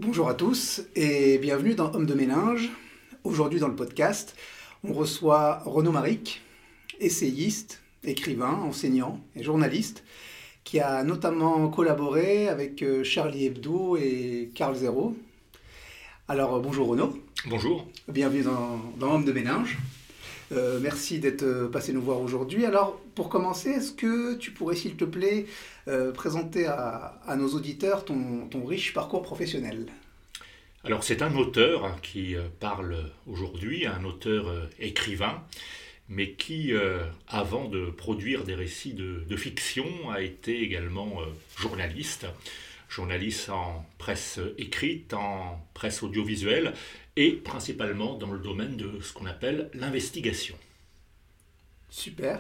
Bonjour à tous et bienvenue dans Homme de Méninge. Aujourd'hui dans le podcast, on reçoit Renaud Maric, essayiste, écrivain, enseignant et journaliste, qui a notamment collaboré avec Charlie Hebdo et Carl Zero. Alors bonjour Renaud. Bonjour. Bienvenue dans Homme de Méninge. Merci d'être passé nous voir aujourd'hui. Alors, pour commencer, est-ce que tu pourrais, s'il te plaît, présenter à nos auditeurs ton riche parcours professionnel? Alors c'est un auteur qui parle aujourd'hui, un auteur écrivain, mais qui, avant de produire des récits de fiction, a été également journaliste. Journaliste en presse écrite, en presse audiovisuelle, et principalement dans le domaine de ce qu'on appelle l'investigation. Super.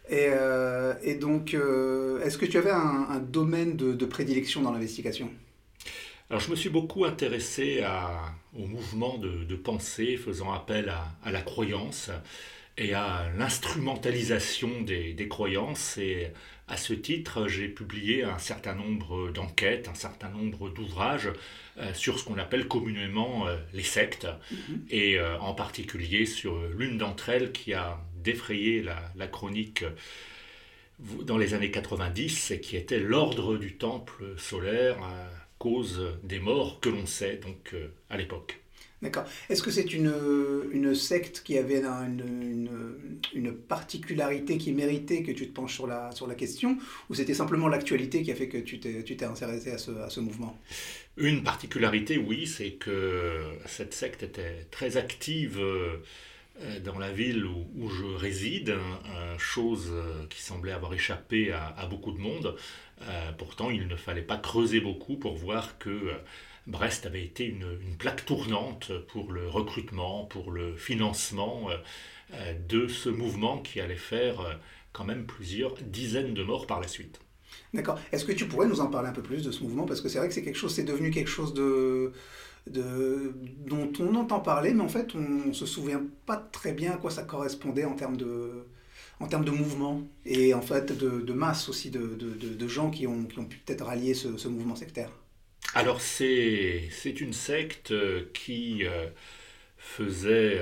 Et donc, est-ce que tu avais un domaine de prédilection dans l'investigation? Alors je me suis beaucoup intéressé au mouvement de pensée faisant appel à la croyance et à l'instrumentalisation des croyances. Et à ce titre, j'ai publié un certain nombre d'enquêtes, un certain nombre d'ouvrages sur ce qu'on appelle communément les sectes, et en particulier sur l'une d'entre elles qui a défrayé la chronique dans les années 90, et qui était l'ordre du temple solaire, cause des morts que l'on sait donc à l'époque. D'accord. Est-ce que c'est une secte qui avait une particularité qui méritait que tu te penches sur la question, ou c'était simplement l'actualité qui a fait que tu t'es intéressé à ce mouvement? Une particularité, oui, c'est que cette secte était très active dans la ville où je réside, chose qui semblait avoir échappé à beaucoup de monde. Pourtant, il ne fallait pas creuser beaucoup pour voir que Brest avait été une plaque tournante pour le recrutement, pour le financement de ce mouvement qui allait faire quand même plusieurs dizaines de morts par la suite. D'accord. Est-ce que tu pourrais nous en parler un peu plus de ce mouvement? Parce que c'est vrai que c'est devenu quelque chose dont on entend parler, mais en fait, on ne se souvient pas très bien à quoi ça correspondait en termes de mouvement et en fait de masse aussi de gens qui ont pu peut-être rallier ce mouvement sectaire. Alors c'est une secte qui faisait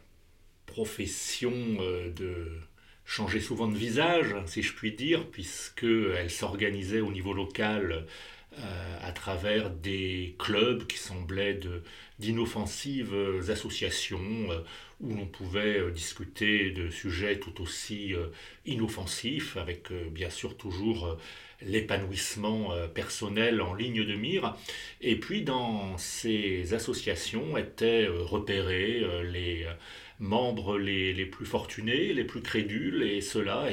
profession de changer souvent de visage, si je puis dire, puisqu'elle s'organisait au niveau local à travers des clubs qui semblaient d'inoffensives associations où l'on pouvait discuter de sujets tout aussi inoffensifs, avec bien sûr toujours l'épanouissement personnel en ligne de mire. Et puis dans ces associations étaient repérés les membres les plus fortunés, les plus crédules, et ceux-là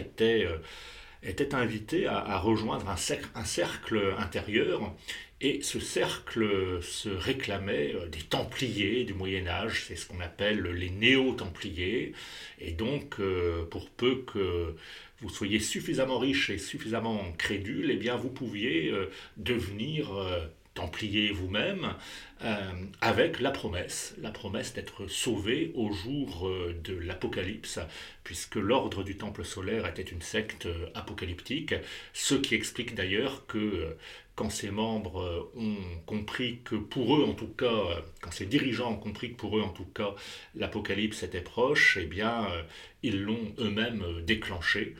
étaient invités à rejoindre un cercle intérieur. Et ce cercle se réclamait des Templiers du Moyen Âge, c'est ce qu'on appelle les néo-Templiers. Et donc, pour peu que vous soyez suffisamment riche et suffisamment crédule, eh bien vous pouviez devenir Templier vous-même, avec la promesse d'être sauvé au jour de l'Apocalypse, puisque l'ordre du Temple solaire était une secte apocalyptique, ce qui explique d'ailleurs que quand ses membres ont compris que pour eux en tout cas, quand ses dirigeants ont compris que pour eux en tout cas, l'Apocalypse était proche, eh bien ils l'ont eux-mêmes déclenché,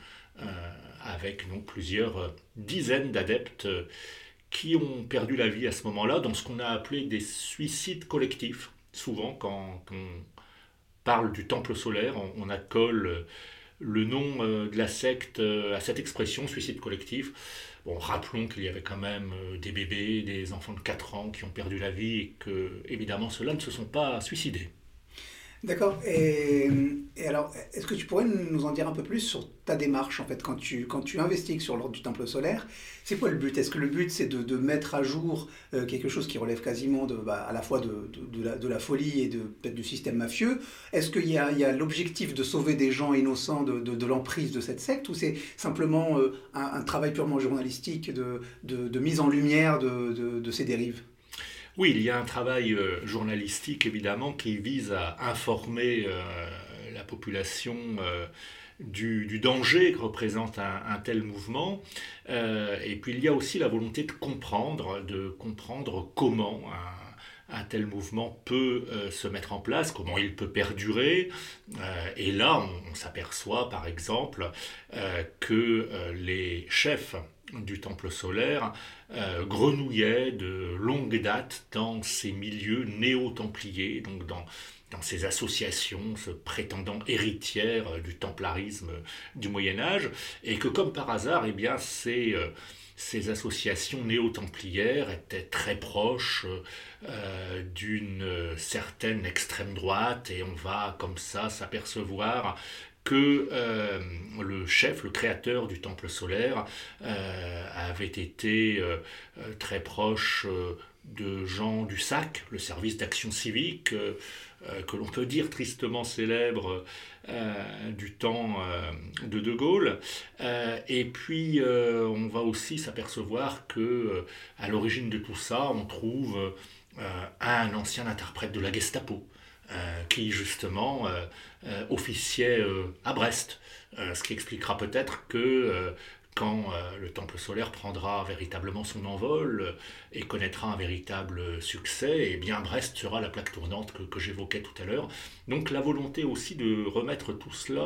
avec donc plusieurs dizaines d'adeptes qui ont perdu la vie à ce moment-là dans ce qu'on a appelé des suicides collectifs. Souvent, quand on parle du temple solaire, on accole le nom de la secte à cette expression, suicide collectif. Bon, rappelons qu'il y avait quand même des bébés, des enfants de 4 ans qui ont perdu la vie et que, évidemment, ceux-là ne se sont pas suicidés. D'accord. Et alors, est-ce que tu pourrais nous en dire un peu plus sur ta démarche, en fait, quand tu investigues sur l'ordre du Temple solaire? C'est quoi le but? Est-ce que le but, c'est de mettre à jour quelque chose qui relève quasiment à la fois de la folie et peut-être du système mafieux? Est-ce qu'il y a l'objectif de sauver des gens innocents de l'emprise de cette secte, ou c'est simplement un travail purement journalistique de mise en lumière de ces dérives? Oui, il y a un travail journalistique évidemment qui vise à informer la population du danger que représente un tel mouvement. Et puis il y a aussi la volonté de comprendre comment un tel mouvement peut se mettre en place, comment il peut perdurer. Et là, on s'aperçoit par exemple que les chefs du temple solaire grenouillaient de longue date dans ces milieux néo-templiers, donc dans ces associations se prétendant héritières du templarisme du Moyen Âge, et que comme par hasard, eh bien, ces associations néo-templières étaient très proches d'une certaine extrême droite, et on va comme ça s'apercevoir que le chef, le créateur du temple solaire, avait été très proche de Jean Dussac, le service d'action civique, que l'on peut dire tristement célèbre du temps de Gaulle. Et puis on va aussi s'apercevoir que à l'origine de tout ça, on trouve un ancien interprète de la Gestapo, qui justement officiait à Brest. Ce qui expliquera peut-être que quand le temple solaire prendra véritablement son envol et connaîtra un véritable succès, eh bien Brest sera la plaque tournante que j'évoquais tout à l'heure. Donc la volonté aussi de remettre tout cela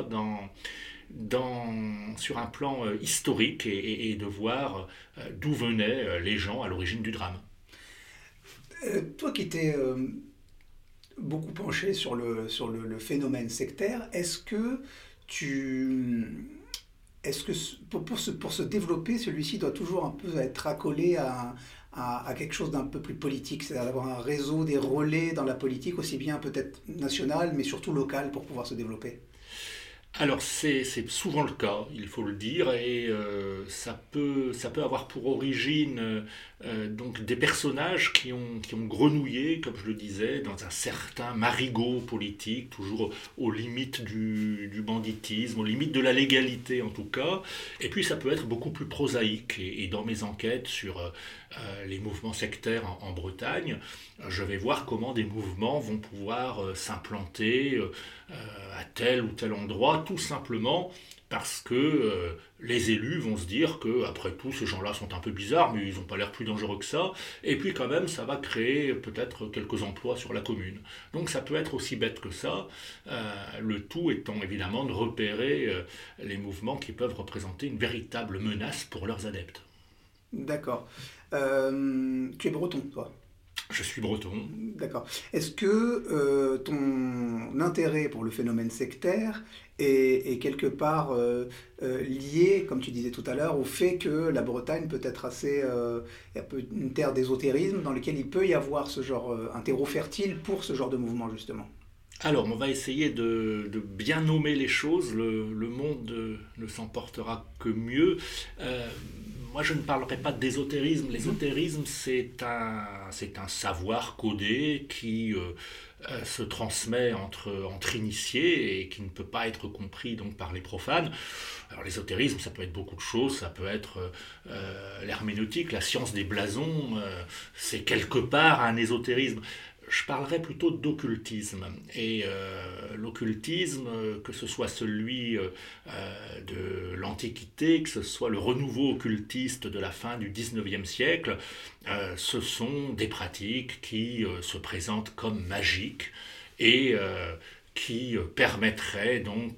sur un plan historique et de voir d'où venaient les gens à l'origine du drame. Toi qui t'es beaucoup penché sur le phénomène sectaire, tu, pour se développer, celui-ci doit toujours un peu être accolé à quelque chose d'un peu plus politique, c'est-à-dire d'avoir un réseau, des relais dans la politique, aussi bien peut-être nationale, mais surtout locale, pour pouvoir se développer. Alors c'est souvent le cas, il faut le dire, et ça peut avoir pour origine donc des personnages qui ont grenouillé, comme je le disais, dans un certain marigot politique, toujours aux limites du banditisme, aux limites de la légalité en tout cas. Et puis ça peut être beaucoup plus prosaïque. Et dans mes enquêtes sur les mouvements sectaires en Bretagne, je vais voir comment des mouvements vont pouvoir s'implanter à tel ou tel endroit, tout simplement parce que les élus vont se dire que, après tout, ces gens-là sont un peu bizarres, mais ils n'ont pas l'air plus dangereux que ça, et puis quand même, ça va créer peut-être quelques emplois sur la commune. Donc ça peut être aussi bête que ça, le tout étant évidemment de repérer les mouvements qui peuvent représenter une véritable menace pour leurs adeptes. D'accord. Tu es breton, toi. Je suis breton. D'accord. Est-ce que ton intérêt pour le phénomène sectaire est quelque part lié, comme tu disais tout à l'heure, au fait que la Bretagne peut être assez un peu une terre d'ésotérisme dans lequel il peut y avoir ce genre, un terreau fertile pour ce genre de mouvement, justement? Alors, on va essayer de bien nommer les choses. Le monde ne s'en portera que mieux. Euh, Moi, je ne parlerai pas d'ésotérisme. L'ésotérisme, c'est un savoir codé qui se transmet entre initiés et qui ne peut pas être compris donc par les profanes. Alors l'ésotérisme, ça peut être beaucoup de choses, ça peut être l'herméneutique, la science des blasons, c'est quelque part un ésotérisme. Je parlerai plutôt d'occultisme. Et l'occultisme, que ce soit celui de l'Antiquité, que ce soit le renouveau occultiste de la fin du XIXe siècle, ce sont des pratiques qui se présentent comme magiques et qui permettraient donc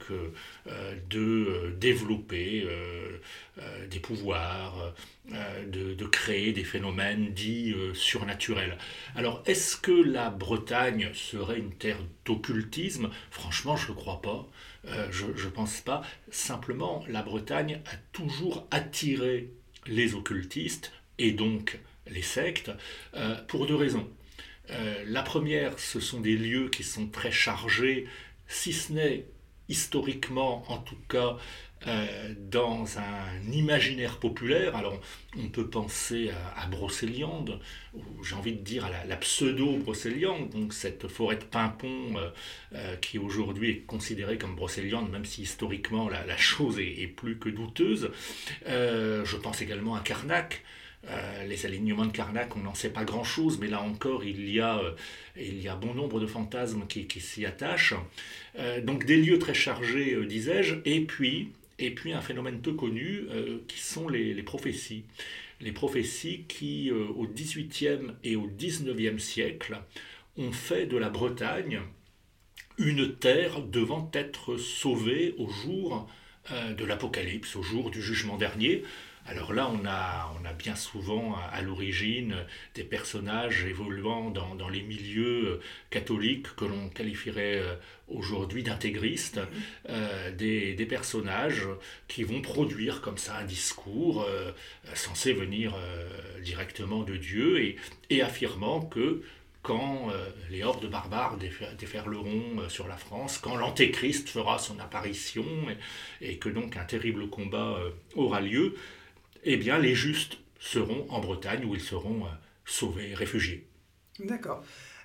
de développer des pouvoirs, de créer des phénomènes dits surnaturels. Alors, est-ce que la Bretagne serait une terre d'occultisme? Franchement, je ne le crois pas. Je ne pense pas. Simplement, la Bretagne a toujours attiré les occultistes et donc les sectes pour deux raisons. La première, ce sont des lieux qui sont très chargés, si ce n'est historiquement en tout cas, dans un imaginaire populaire. Alors on peut penser à Brocéliande, ou j'ai envie de dire à la pseudo-Brocéliande, donc cette forêt de Pimpon qui aujourd'hui est considérée comme Brocéliande, même si historiquement la chose est plus que douteuse. Je pense également à Carnac. Les alignements de Karnak, on n'en sait pas grand-chose, mais là encore, il y a bon nombre de fantasmes qui s'y attachent. Donc des lieux très chargés, disais-je, et puis et puis un phénomène peu connu qui sont les prophéties. Les prophéties qui, au XVIIIe et au XIXe siècle, ont fait de la Bretagne une terre devant être sauvée au jour de l'Apocalypse, au jour du jugement dernier. Alors là, on a bien souvent à l'origine des personnages évoluant dans les milieux catholiques que l'on qualifierait aujourd'hui d'intégristes, des personnages qui vont produire comme ça un discours censé venir directement de Dieu et affirmant que quand les hordes barbares déferleront sur la France, quand l'Antéchrist fera son apparition et que donc un terrible combat aura lieu, eh bien les justes seront en Bretagne où ils seront sauvés, réfugiés. D'accord.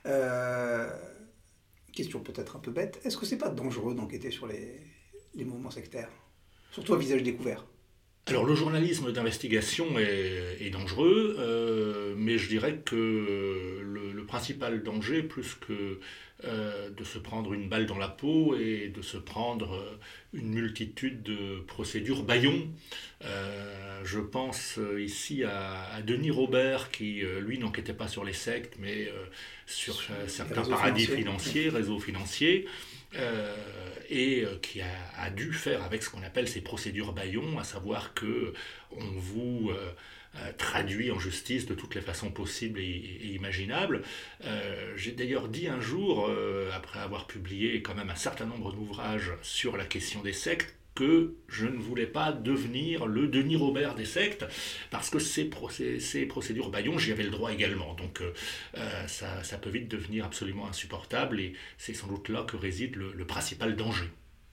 Question peut-être un peu bête. Est-ce que c'est pas dangereux d'enquêter sur les mouvements sectaires? Surtout à visage découvert. Alors le journalisme d'investigation est dangereux, mais je dirais que le principal danger, plus que de se prendre une balle dans la peau et de se prendre une multitude de procédures bâillons. Je pense ici à Denis Robert qui, lui, n'enquêtait pas sur les sectes, mais sur certains paradis financiers, réseaux financiers. Et qui a dû faire avec ce qu'on appelle ces procédures bâillons, à savoir que on vous traduit en justice de toutes les façons possibles et imaginables. J'ai d'ailleurs dit un jour, après avoir publié quand même un certain nombre d'ouvrages sur la question des sectes, que je ne voulais pas devenir le Denis Robert des sectes, parce que ces procédures bâillons, j'y avais le droit également. Donc ça peut vite devenir absolument insupportable, et c'est sans doute là que réside le principal danger.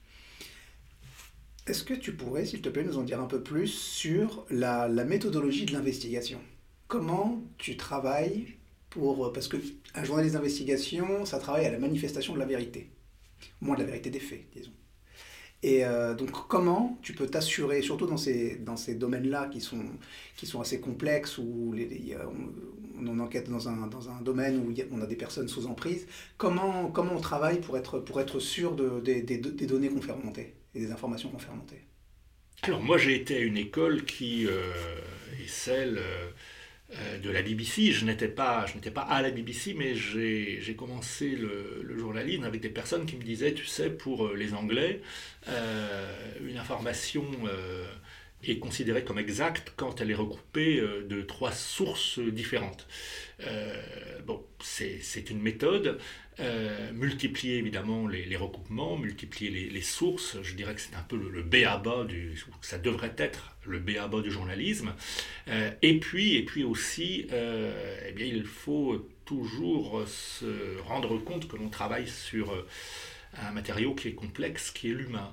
Est-ce que tu pourrais, s'il te plaît, nous en dire un peu plus sur la méthodologie de l'investigation? Comment tu travailles pour... Parce qu'un journaliste d'investigation, ça travaille à la manifestation de la vérité. Au moins de la vérité des faits, disons. Et donc comment tu peux t'assurer, surtout dans ces domaines-là qui sont assez complexes, où on enquête dans un domaine où on a des personnes sous emprise, comment on travaille pour être sûr des données qu'on fait remonter et des informations qu'on fait remonter? Alors moi j'ai été à une école qui est celle de la BBC. Je n'étais pas à la BBC, mais j'ai commencé le journalisme avec des personnes qui me disaient, tu sais, pour les Anglais, une information est considérée comme exacte quand elle est recoupée de 3 sources différentes. Bon, c'est une méthode. Multiplier évidemment les recoupements, multiplier les sources, je dirais que c'est un peu le b.a.-ba ça devrait être le b.a.-ba du journalisme. Et puis aussi, eh bien, il faut toujours se rendre compte que l'on travaille sur un matériau qui est complexe, qui est l'humain.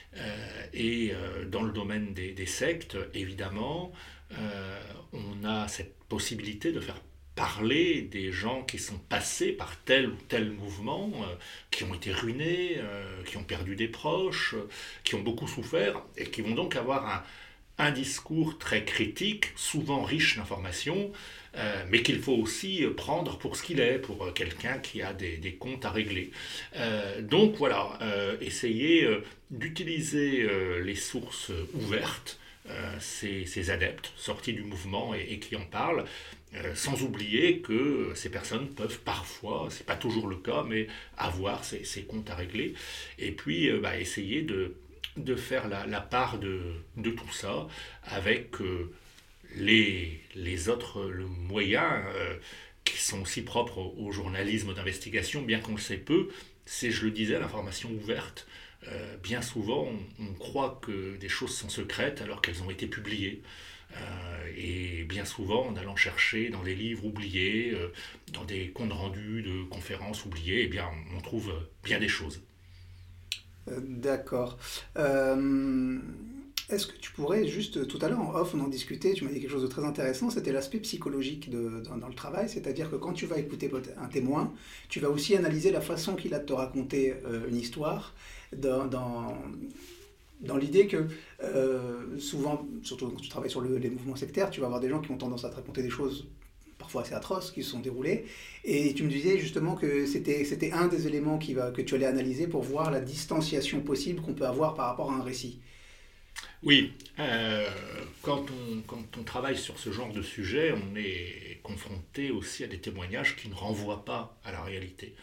Dans le domaine des sectes, évidemment, on a cette possibilité de faire parler des gens qui sont passés par tel ou tel mouvement, qui ont été ruinés, qui ont perdu des proches, qui ont beaucoup souffert, et qui vont donc avoir un discours très critique, souvent riche d'informations, mais qu'il faut aussi prendre pour ce qu'il est, pour quelqu'un qui a des comptes à régler. Donc voilà, essayer d'utiliser les sources ouvertes, ces adeptes sortis du mouvement et qui en parlent, sans oublier que ces personnes peuvent parfois, c'est pas toujours le cas, mais avoir ces comptes à régler, et puis essayer de faire la part de tout ça avec les autres moyens qui sont aussi propres au journalisme d'investigation, bien qu'on le sait peu, c'est, je le disais, l'information ouverte. Bien souvent, on croit que des choses sont secrètes alors qu'elles ont été publiées. Et bien souvent, en allant chercher dans des livres oubliés, dans des comptes rendus de conférences oubliées, eh bien, on trouve bien des choses. D'accord. Est-ce que tu pourrais juste, tout à l'heure en off, on en discutait, tu m'as dit quelque chose de très intéressant, c'était l'aspect psychologique dans le travail, c'est-à-dire que quand tu vas écouter un témoin, tu vas aussi analyser la façon qu'il a de te raconter une histoire, dans l'idée que souvent, surtout quand tu travailles sur les mouvements sectaires, tu vas avoir des gens qui ont tendance à te raconter des choses parfois assez atroces qui se sont déroulées, et tu me disais justement que c'était un des éléments que tu allais analyser pour voir la distanciation possible qu'on peut avoir par rapport à un récit. Oui, quand on travaille sur ce genre de sujet, on est confronté aussi à des témoignages qui ne renvoient pas à la réalité.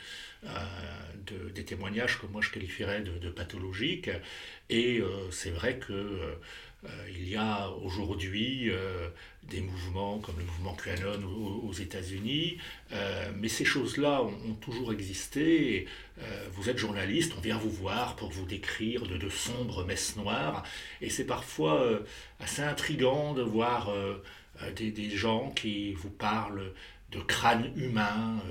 Des témoignages que moi je qualifierais de pathologiques. Et c'est vrai que il y a aujourd'hui des mouvements comme le mouvement QAnon aux États-Unis, mais ces choses-là ont toujours existé. Et, vous êtes journaliste, on vient vous voir pour vous décrire de sombres messes noires, et c'est parfois assez intriguant de voir des gens qui vous parlent de crânes humains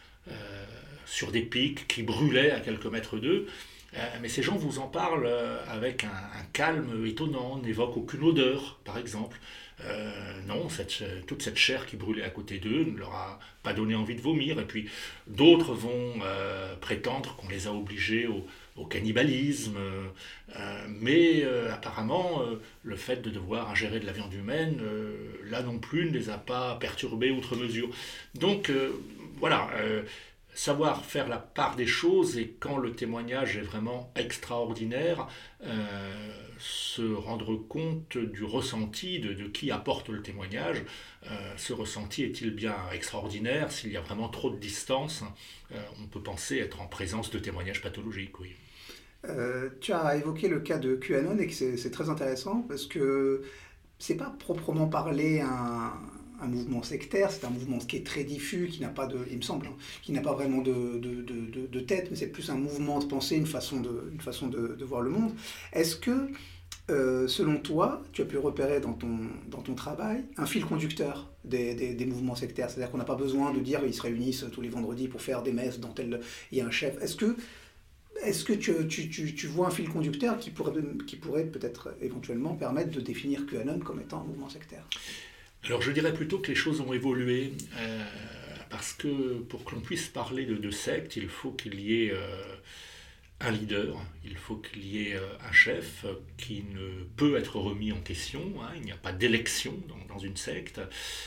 sur des pics qui brûlaient à quelques mètres d'eux. Mais ces gens vous en parlent avec un calme étonnant, n'évoquent aucune odeur, par exemple. Non, toute cette chair qui brûlait à côté d'eux ne leur a pas donné envie de vomir. Et puis d'autres vont prétendre qu'on les a obligés au cannibalisme. Apparemment, le fait de devoir ingérer de la viande humaine, là non plus, ne les a pas perturbés outre mesure. Donc voilà. Savoir faire la part des choses, et quand le témoignage est vraiment extraordinaire, se rendre compte du ressenti de qui apporte le témoignage. Ce ressenti est-il bien extraordinaire? S'il y a vraiment trop de distance, on peut penser être en présence de témoignages pathologiques, oui. Tu as évoqué le cas de QAnon et que c'est très intéressant parce que c'est pas proprement parlé un mouvement sectaire, c'est un mouvement qui est très diffus, qui n'a pas de, il me semble, hein, qui n'a pas vraiment de tête, mais c'est plus un mouvement de pensée, une façon de voir le monde. Est-ce que, selon toi, tu as pu repérer dans ton travail un fil conducteur des mouvements sectaires? C'est-à-dire qu'on n'a pas besoin de dire ils se réunissent tous les vendredis pour faire des messes dont il y a un chef. Est-ce que tu vois un fil conducteur qui pourrait peut-être éventuellement permettre de définir QAnon comme étant un mouvement sectaire? Alors je dirais plutôt que les choses ont évolué, parce que pour que l'on puisse parler de secte, il faut qu'il y ait un leader, il faut qu'il y ait un chef qui ne peut être remis en question, hein, il n'y a pas d'élection dans une secte,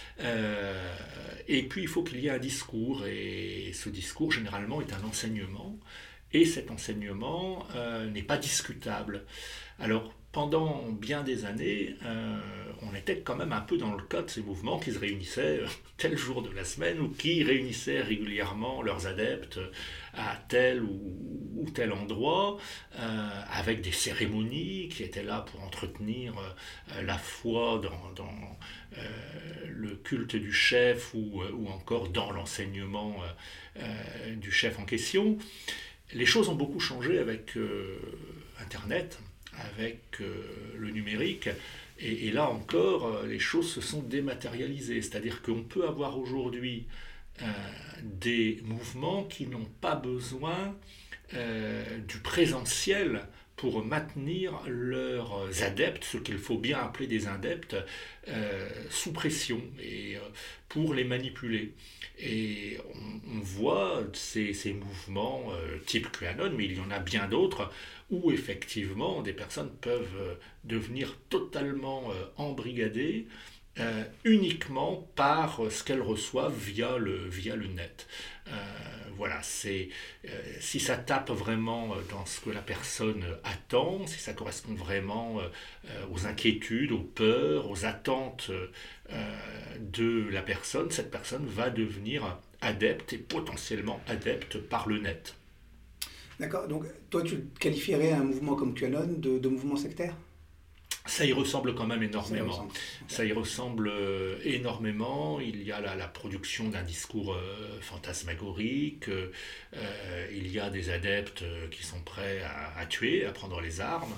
et puis il faut qu'il y ait un discours, et ce discours généralement est un enseignement, et cet enseignement n'est pas discutable. Alors, pendant bien des années, on était quand même un peu dans le cas de ces mouvements qui se réunissaient tel jour de la semaine, ou qui réunissaient régulièrement leurs adeptes à tel ou tel endroit, avec des cérémonies qui étaient là pour entretenir la foi dans le culte du chef, ou encore dans l'enseignement du chef en question. Les choses ont beaucoup changé avec Internet, avec le numérique, et là encore, les choses se sont dématérialisées. C'est-à-dire qu'on peut avoir aujourd'hui des mouvements qui n'ont pas besoin du présentiel pour maintenir leurs adeptes, ce qu'il faut bien appeler des adeptes, sous pression, et pour les manipuler. Et on voit ces mouvements type QAnon, mais il y en a bien d'autres, où effectivement des personnes peuvent devenir totalement embrigadées, uniquement par ce qu'elles reçoivent via le net. Voilà, si ça tape vraiment dans ce que la personne attend, si ça correspond vraiment aux inquiétudes, aux peurs, aux attentes de la personne, cette personne va devenir adepte, et potentiellement adepte par le net. D'accord, donc toi tu qualifierais un mouvement comme QAnon de mouvement sectaire? Ça y ressemble quand même Ça y énormément. ressemble. Ça y ressemble énormément. Il y a la production d'un discours fantasmagorique. Il y a des adeptes qui sont prêts à tuer, à prendre les armes.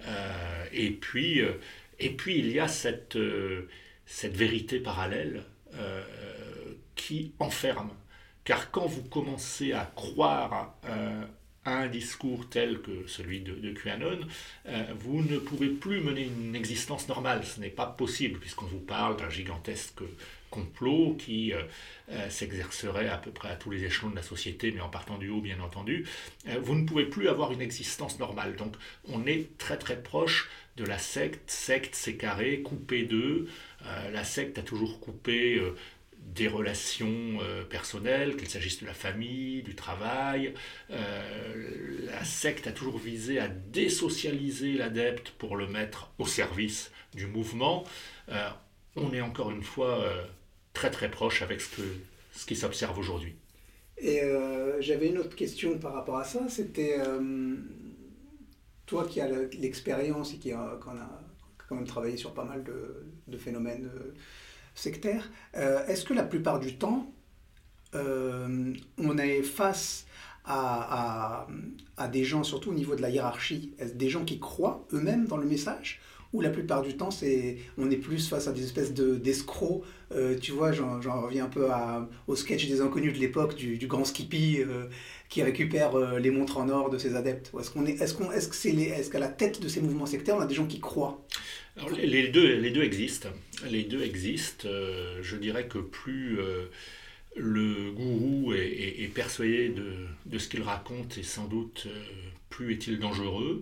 Et puis il y a cette vérité parallèle qui enferme. Car quand vous commencez à croire à un discours tel que celui de QAnon, vous ne pouvez plus mener une existence normale. Ce n'est pas possible, puisqu'on vous parle d'un gigantesque complot qui s'exercerait à peu près à tous les échelons de la société, mais en partant du haut, bien entendu. Vous ne pouvez plus avoir une existence normale. Donc on est très très proche de la secte. Secte, c'est carré, coupé d'eux. La secte a toujours coupé des relations personnelles, qu'il s'agisse de la famille, du travail. La secte a toujours visé à désocialiser l'adepte pour le mettre au service du mouvement. On est encore une fois très très proche avec ce qui s'observe aujourd'hui. Et j'avais une autre question par rapport à ça, c'était toi qui as l'expérience et qui a quand même travaillé sur pas mal de phénomènes sectaires, est-ce que la plupart du temps, on est face à des gens, surtout au niveau de la hiérarchie, des gens qui croient eux-mêmes dans le message, ou la plupart du temps, on est plus face à des espèces d'escrocs. Tu vois, j'en reviens un peu au sketch des inconnus de l'époque, du grand Skippy qui récupère les montres en or de ses adeptes. Est-ce qu'à la tête de ces mouvements sectaires, on a des gens qui croient? Alors, les deux existent. Les deux existent. Je dirais que plus le gourou est persuadé de ce qu'il raconte, et sans doute plus est-il dangereux.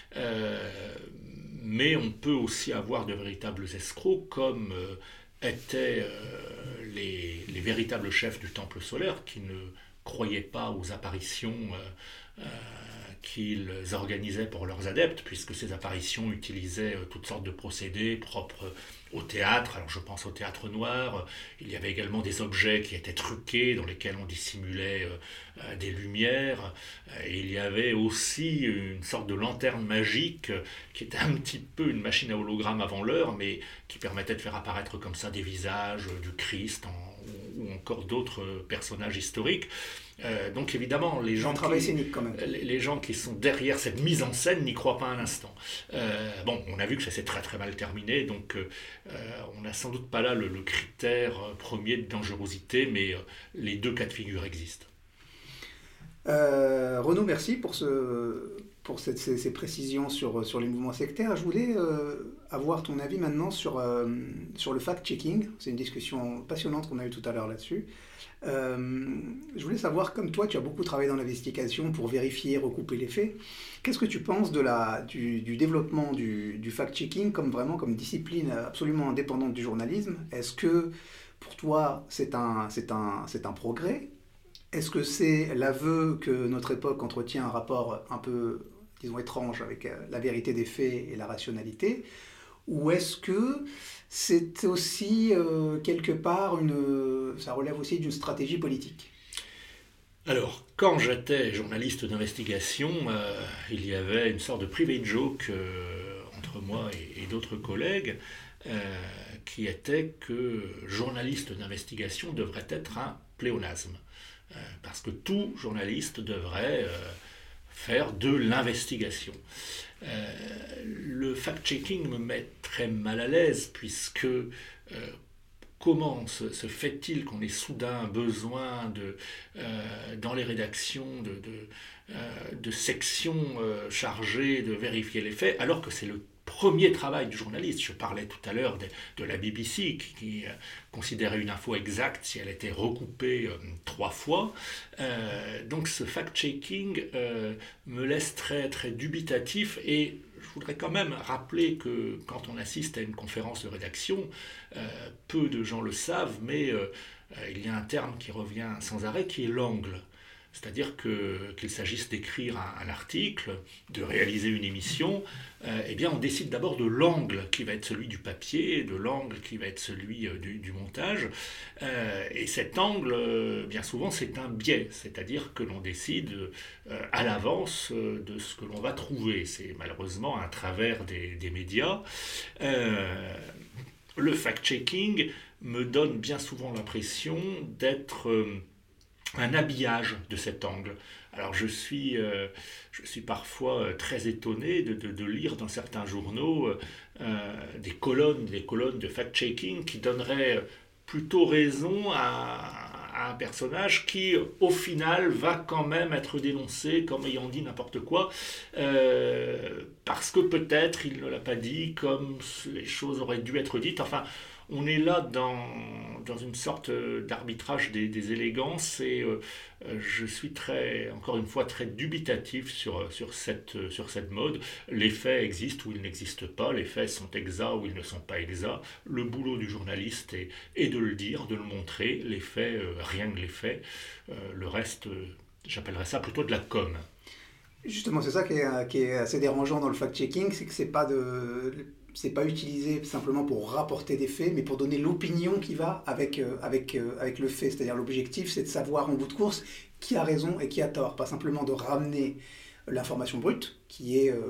Mais on peut aussi avoir de véritables escrocs, comme étaient les véritables chefs du temple solaire, qui ne croyaient pas aux apparitions qu'ils organisaient pour leurs adeptes, puisque ces apparitions utilisaient toutes sortes de procédés propres au théâtre. Alors je pense au théâtre noir. Il y avait également des objets qui étaient truqués, dans lesquels on dissimulait des lumières. Et il y avait aussi une sorte de lanterne magique qui était un petit peu une machine à hologramme avant l'heure, mais qui permettait de faire apparaître comme ça des visages du Christ ou encore d'autres personnages historiques. Donc évidemment, les gens qui sont derrière cette mise en scène n'y croient pas un instant. Bon, on a vu que ça s'est très très mal terminé, donc on n'a sans doute pas là le critère premier de dangerosité, mais les deux cas de figure existent. Renaud, merci pour ces précisions sur les mouvements sectaires. Je voulais avoir ton avis maintenant sur le fact-checking. C'est une discussion passionnante qu'on a eue tout à l'heure là-dessus. Je voulais savoir, comme toi, tu as beaucoup travaillé dans l'investigation pour vérifier, recouper les faits. Qu'est-ce que tu penses du développement du fact-checking comme discipline absolument indépendante du journalisme? Est-ce que pour toi c'est un progrès? Est-ce que c'est l'aveu que notre époque entretient un rapport un peu, disons, étrange avec la vérité des faits et la rationalité? Ou est-ce que c'est aussi quelque part ça relève aussi d'une stratégie politique? Alors, quand j'étais journaliste d'investigation, il y avait une sorte de private joke entre moi et d'autres collègues qui était que journaliste d'investigation devrait être un pléonasme. Parce que tout journaliste devrait faire de l'investigation. Le fact-checking me met très mal à l'aise, puisque comment se fait-il qu'on ait soudain besoin dans les rédactions de sections chargées de vérifier les faits, alors que c'est le premier travail du journaliste. Je parlais tout à l'heure de la BBC qui considérait une info exacte si elle était recoupée 3 fois. Donc ce fact-checking me laisse très, très dubitatif, et je voudrais quand même rappeler que quand on assiste à une conférence de rédaction, peu de gens le savent, mais il y a un terme qui revient sans arrêt qui est l'angle. C'est-à-dire qu'il s'agisse d'écrire un article, de réaliser une émission, eh bien on décide d'abord de l'angle qui va être celui du papier, de l'angle qui va être celui du montage. Et cet angle, bien souvent, c'est un biais, c'est-à-dire que l'on décide à l'avance de ce que l'on va trouver. C'est malheureusement un travers des médias. Le fact-checking me donne bien souvent l'impression d'être un habillage de cet angle. Alors je suis parfois très étonné de lire dans certains journaux des colonnes de fact-checking qui donneraient plutôt raison à un personnage qui, au final, va quand même être dénoncé comme ayant dit n'importe quoi, parce que peut-être il ne l'a pas dit comme les choses auraient dû être dites. Enfin, on est là dans une sorte d'arbitrage des élégances et je suis encore une fois, très dubitatif sur cette mode. Les faits existent ou ils n'existent pas, les faits sont exacts ou ils ne sont pas exacts. Le boulot du journaliste est de le dire, de le montrer. Les faits, rien que les faits. Le reste, j'appellerais ça plutôt de la com. Justement, c'est ça qui est assez dérangeant dans le fact-checking, c'est que c'est pas utilisé simplement pour rapporter des faits, mais pour donner l'opinion qui va avec le fait. C'est-à-dire l'objectif, c'est de savoir en bout de course qui a raison et qui a tort. Pas simplement de ramener l'information brute, qui est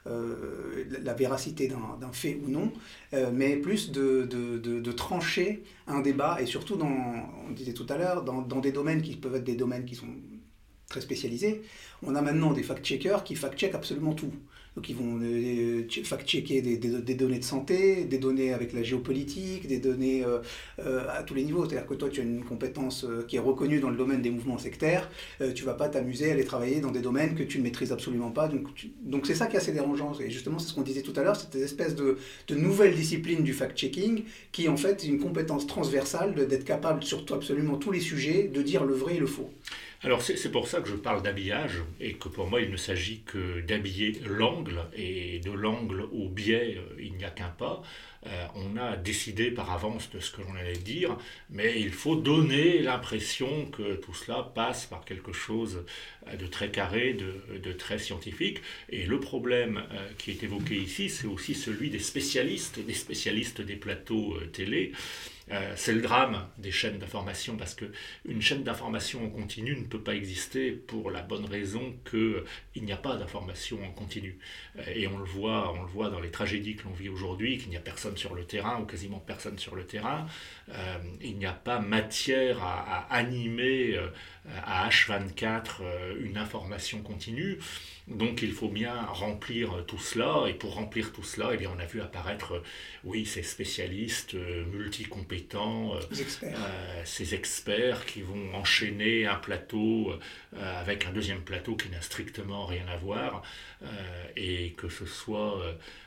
la véracité d'un fait ou non, mais plus de trancher un débat, et surtout, on disait tout à l'heure, dans des domaines qui peuvent être des domaines qui sont très spécialisés. On a maintenant des fact-checkers qui fact-checkent absolument tout. Donc ils vont fact-checker des données de santé, des données avec la géopolitique, des données à tous les niveaux. C'est-à-dire que toi, tu as une compétence qui est reconnue dans le domaine des mouvements sectaires, tu vas pas t'amuser à aller travailler dans des domaines que tu ne maîtrises absolument pas. Donc c'est ça qui est assez dérangeant. Et justement, c'est ce qu'on disait tout à l'heure, cette espèce de nouvelle discipline du fact-checking qui en fait est une compétence transversale d'être capable sur absolument tous les sujets de dire le vrai et le faux. Alors c'est pour ça que je parle d'habillage et que pour moi il ne s'agit que d'habiller l'angle et de l'angle au biais il n'y a qu'un pas. On a décidé par avance de ce que l'on allait dire, mais il faut donner l'impression que tout cela passe par quelque chose de très carré, de très scientifique. Et le problème qui est évoqué ici, c'est aussi celui des spécialistes et des spécialistes des plateaux télé. C'est le drame des chaînes d'information parce qu'une chaîne d'information en continu ne peut pas exister pour la bonne raison qu'il n'y a pas d'information en continu. Et on le voit dans les tragédies que l'on vit aujourd'hui, qu'il n'y a personne sur le terrain ou quasiment personne sur le terrain. Il n'y a pas matière à animer à H24 une information continue. Donc il faut bien remplir tout cela, et pour remplir tout cela, eh bien, on a vu apparaître ces spécialistes multicompétents, ces experts qui vont enchaîner un plateau avec un deuxième plateau qui n'a strictement rien à voir, et que ce soit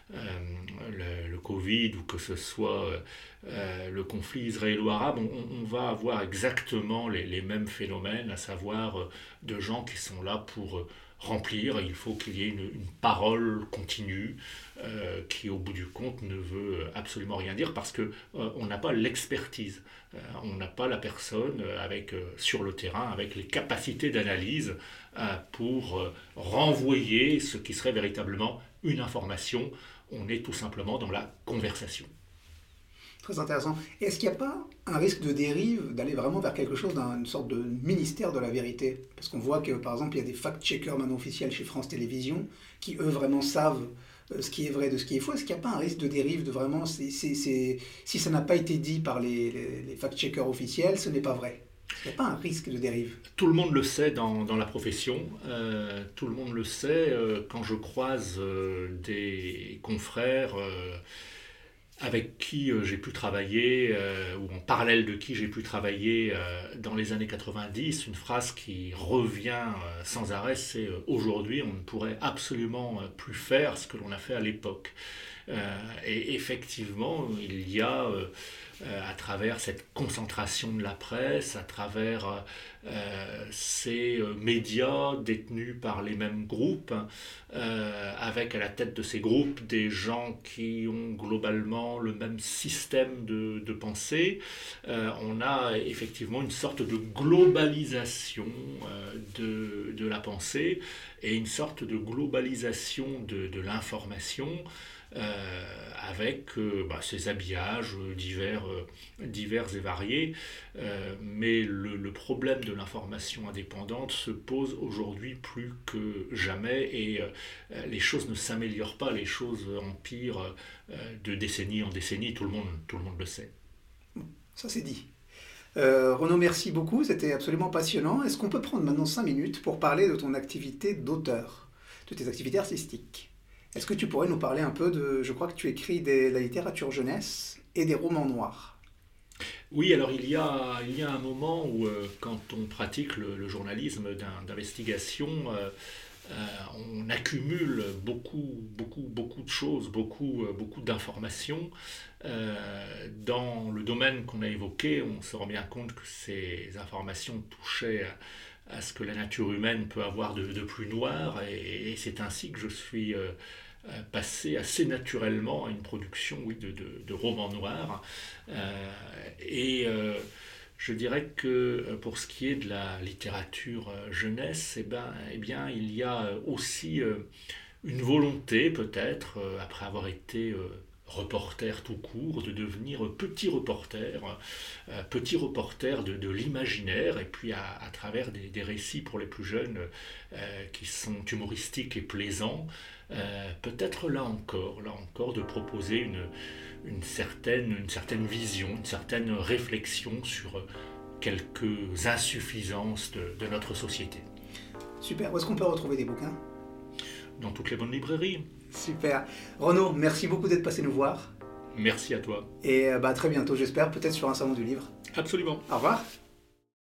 le Covid ou que ce soit le conflit israélo-arabe, on va avoir exactement les mêmes phénomènes, à savoir de gens qui sont là pour remplir. Il faut qu'il y ait une parole continue qui au bout du compte ne veut absolument rien dire parce que on n'a pas l'expertise, on n'a pas la personne sur le terrain avec les capacités d'analyse pour renvoyer ce qui serait véritablement une information. On est tout simplement dans la conversation. Très intéressant. Est-ce qu'il n'y a pas un risque de dérive d'aller vraiment vers quelque chose d'une sorte de ministère de la vérité? Parce qu'on voit que, par exemple, il y a des fact-checkers maintenant officiels chez France Télévisions qui, eux, vraiment savent ce qui est vrai de ce qui est faux. Est-ce qu'il n'y a pas un risque de dérive de vraiment, si ça n'a pas été dit par les fact-checkers officiels, ce n'est pas vrai? Il n'y a pas un risque de dérive? Tout le monde le sait dans la profession, tout le monde le sait quand je croise des confrères avec qui j'ai pu travailler, ou en parallèle de qui j'ai pu travailler dans les années 90, une phrase qui revient sans arrêt, c'est aujourd'hui on ne pourrait absolument plus faire ce que l'on a fait à l'époque. Et effectivement, il y a à travers cette concentration de la presse, à travers ces médias détenus par les mêmes groupes, avec à la tête de ces groupes des gens qui ont globalement le même système de pensée, on a effectivement une sorte de globalisation de la pensée et une sorte de globalisation de l'information, avec ces habillages divers et variés. Mais le problème de l'information indépendante se pose aujourd'hui plus que jamais et les choses ne s'améliorent pas, les choses empirent de décennie en décennie, tout le monde le sait. Ça c'est dit. Renaud, merci beaucoup, c'était absolument passionnant. Est-ce qu'on peut prendre maintenant 5 minutes pour parler de ton activité d'auteur, de tes activités artistiques? Est-ce que tu pourrais nous parler un peu je crois que tu écris de la littérature jeunesse et des romans noirs? Oui, alors il y a un moment où quand on pratique le journalisme d'investigation, on accumule beaucoup de choses, beaucoup d'informations. Dans le domaine qu'on a évoqué, on se rend bien compte que ces informations touchaient à ce que la nature humaine peut avoir de plus noir, et c'est ainsi que je suis passé assez naturellement à une production, oui, de romans noirs. Et je dirais que pour ce qui est de la littérature jeunesse, eh bien, il y a aussi une volonté, peut-être, après avoir été reporter tout court, de devenir petit reporter de l'imaginaire, et puis à travers des récits pour les plus jeunes qui sont humoristiques et plaisants, peut-être là encore, de proposer une certaine vision, une certaine réflexion sur quelques insuffisances de notre société. Super. Où est-ce qu'on peut retrouver des bouquins? Dans toutes les bonnes librairies. Super. Renaud, merci beaucoup d'être passé nous voir. Merci à toi. Et à très bientôt, j'espère, peut-être sur un salon du livre. Absolument. Au revoir.